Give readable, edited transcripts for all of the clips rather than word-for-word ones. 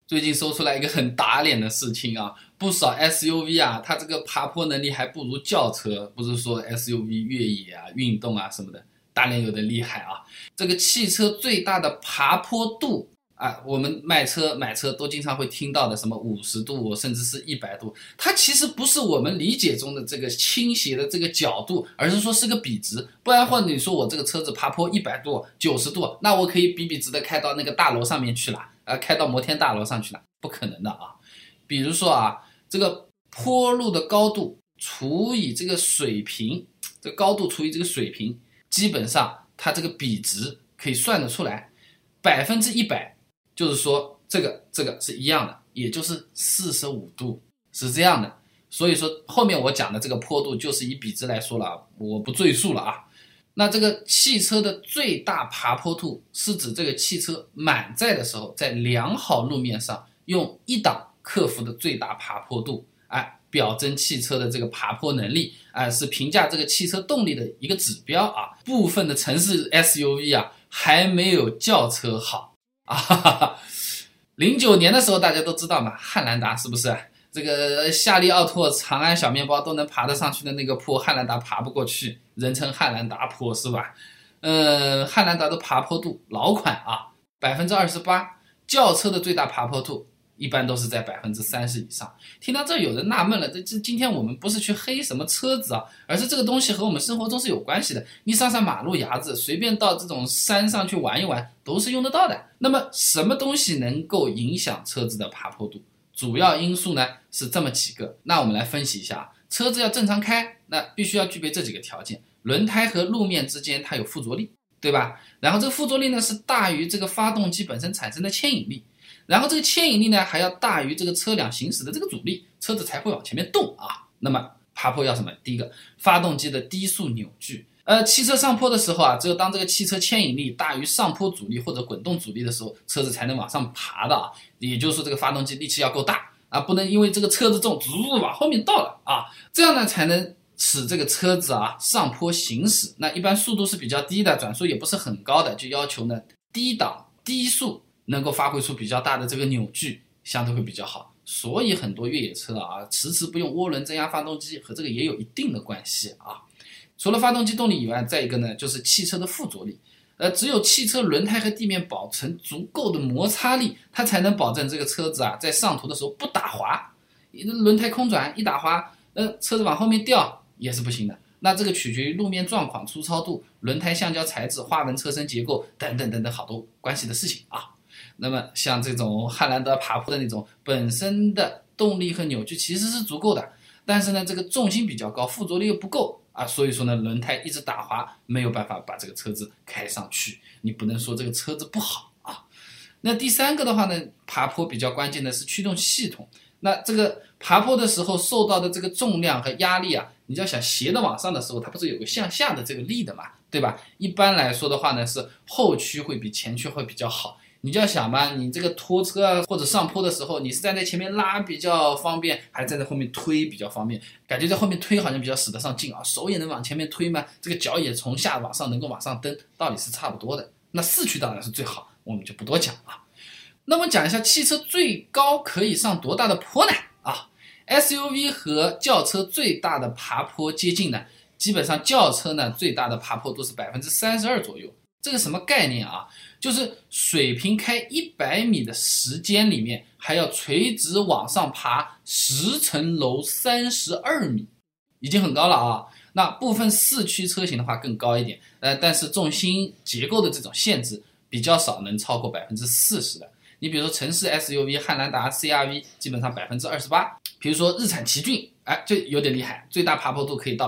最近搜出来一个很打脸的事情啊，不少 SUV 啊，它这个爬坡能力还不如轿车，不是说 SUV 越野啊、运动啊什么的，打脸有的厉害啊。这个汽车最大的爬坡度啊，我们买车都经常会听到的，什么50度甚至是100度，它其实不是我们理解中的这个倾斜的这个角度，而是说是个比值。不然或者你说我这个车子爬坡100度、90度，那我可以笔直的开到那个大楼上面去了。开到摩天大楼上去了，不可能的啊！比如说啊，这个坡路的高度除以这个水平，这个高度除以这个水平，基本上它这个比值可以算得出来，100%，就是说这个是一样的，也就是45度，是这样的。所以说后面我讲的这个坡度就是以比值来说了，我不赘述了啊。那这个汽车的最大爬坡度是指这个汽车满载的时候，在良好路面上用1档克服的最大爬坡度，表征汽车的这个爬坡能力，是评价这个汽车动力的一个指标啊。部分的城市 SUV 啊，还没有轿车好啊。09年的时候大家都知道嘛，汉兰达是不是？这个夏利奥拓、长安小面包都能爬得上去的那个坡，汉兰达爬不过去，人称汉兰达坡是吧？汉兰达的爬坡度老款啊，28%，轿车的最大爬坡度一般都是在30%以上。听到这有人纳闷了，这今天我们不是去黑什么车子啊，而是这个东西和我们生活中是有关系的。你上马路牙子，随便到这种山上去玩一玩，都是用得到的。那么什么东西能够影响车子的爬坡度？主要因素呢是这么几个，那我们来分析一下。车子要正常开，那必须要具备这几个条件：轮胎和路面之间它有附着力，对吧？然后这个附着力呢是大于这个发动机本身产生的牵引力，然后这个牵引力呢还要大于这个车辆行驶的这个阻力，车子才会往前面动啊。那么爬坡要什么？第一个，发动机的低速扭矩。汽车上坡的时候啊，只有当这个汽车牵引力大于上坡阻力或者滚动阻力的时候，车子才能往上爬的啊。也就是说，这个发动机力气要够大啊，不能因为这个车子重，往后面倒了啊，这样呢才能使这个车子啊上坡行驶。那一般速度是比较低的，转速也不是很高的，就要求呢低档低速能够发挥出比较大的这个扭矩，相对会比较好。所以很多越野车啊，迟不用涡轮增压发动机，和这个也有一定的关系啊。除了发动机动力以外，再一个呢就是汽车的附着力。只有汽车轮胎和地面保持足够的摩擦力，它才能保证这个车子啊在上途的时候不打滑。轮胎空转一打滑，车子往后面掉也是不行的。那这个取决于路面状况、粗糙度、轮胎橡胶材质、花纹车身结构等等等等好多关系的事情啊。那么像这种汉兰达爬坡的那种，本身的动力和扭矩其实是足够的，但是呢这个重心比较高，附着力又不够啊，所以说呢轮胎一直打滑，没有办法把这个车子开上去。你不能说这个车子不好啊。那第三个的话呢，爬坡比较关键的是驱动系统。那这个爬坡的时候受到的这个重量和压力啊，你要想斜的往上的时候，它不是有个向下的这个力的嘛，对吧？一般来说的话呢，是后驱会比前驱会比较好。你就要想嘛，你这个拖车啊或者上坡的时候，你是站在前面拉比较方便，还是站在后面推比较方便？感觉在后面推好像比较使得上劲啊，手也能往前面推嘛，这个脚也从下往上能够往上蹬，道理是差不多的。那四驱当然是最好，我们就不多讲啊。那么讲一下汽车最高可以上多大的坡呢？SUV 和轿车最大的爬坡接近呢，基本上轿车呢最大的爬坡度是32%左右。这个什么概念啊？就是水平开100米的时间里面，还要垂直往上爬10层楼32米，已经很高了啊。那部分四驱车型的话更高一点，但是重心结构的这种限制比较少，能超过40%的。你比如说城市 SUV 汉兰达 CR-V 基本上28%，比如说日产奇骏，就有点厉害，最大爬坡度可以到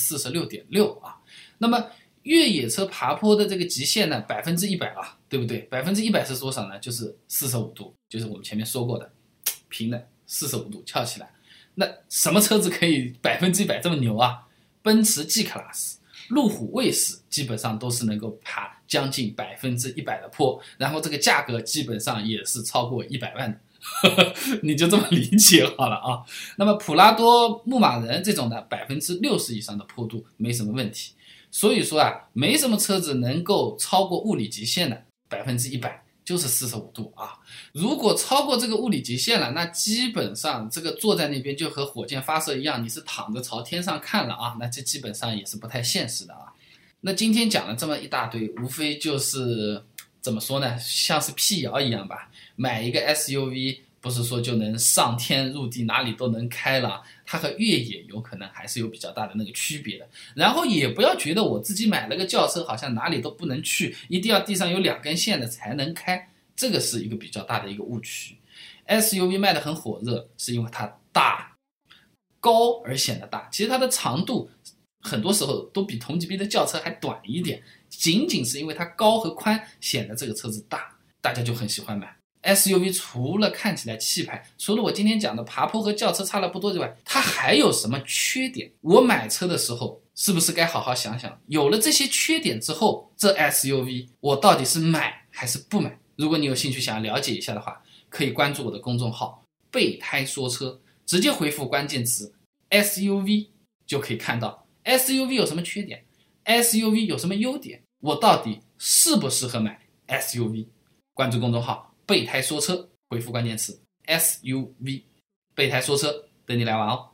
46.6%啊。那么越野车爬坡的这个极限呢，100%啊，对不对？100%是多少呢？就是45度，就是我们前面说过的平的45度翘起来。那什么车子可以100%这么牛啊？奔驰 G-Class、路虎卫士基本上都是能够爬将近100%的坡，然后这个价格基本上也是超过100万的。你就这么理解好了啊。那么普拉多、牧马人这种的60%以上的坡度没什么问题。所以说啊，没什么车子能够超过物理极限的100%， 就是45度啊。如果超过这个物理极限了，那基本上这个坐在那边就和火箭发射一样，你是躺着朝天上看了啊，那这基本上也是不太现实的啊。那今天讲了这么一大堆，无非就是怎么说呢，像是辟谣一样吧。买一个 SUV 不是说就能上天入地哪里都能开了，它和越野有可能还是有比较大的那个区别的。然后也不要觉得我自己买了个轿车好像哪里都不能去，一定要地上有2根线的才能开，这个是一个比较大的一个误区。SUV 卖得很火热是因为它大高而显得大，其实它的长度很多时候都比同级别的轿车还短一点，仅仅是因为它高和宽显得这个车子大，大家就很喜欢买。SUV 除了看起来气派，除了我今天讲的爬坡和轿车差了不多之外，它还有什么缺点？我买车的时候是不是该好好想想，有了这些缺点之后，这 SUV 我到底是买还是不买？如果你有兴趣想要了解一下的话，可以关注我的公众号备胎说车，直接回复关键词 SUV 就可以看到 SUV 有什么缺点， SUV 有什么优点，我到底适不适合买 SUV。 关注公众号备胎说车，回复关键词 SUV， 备胎说车等你来玩哦。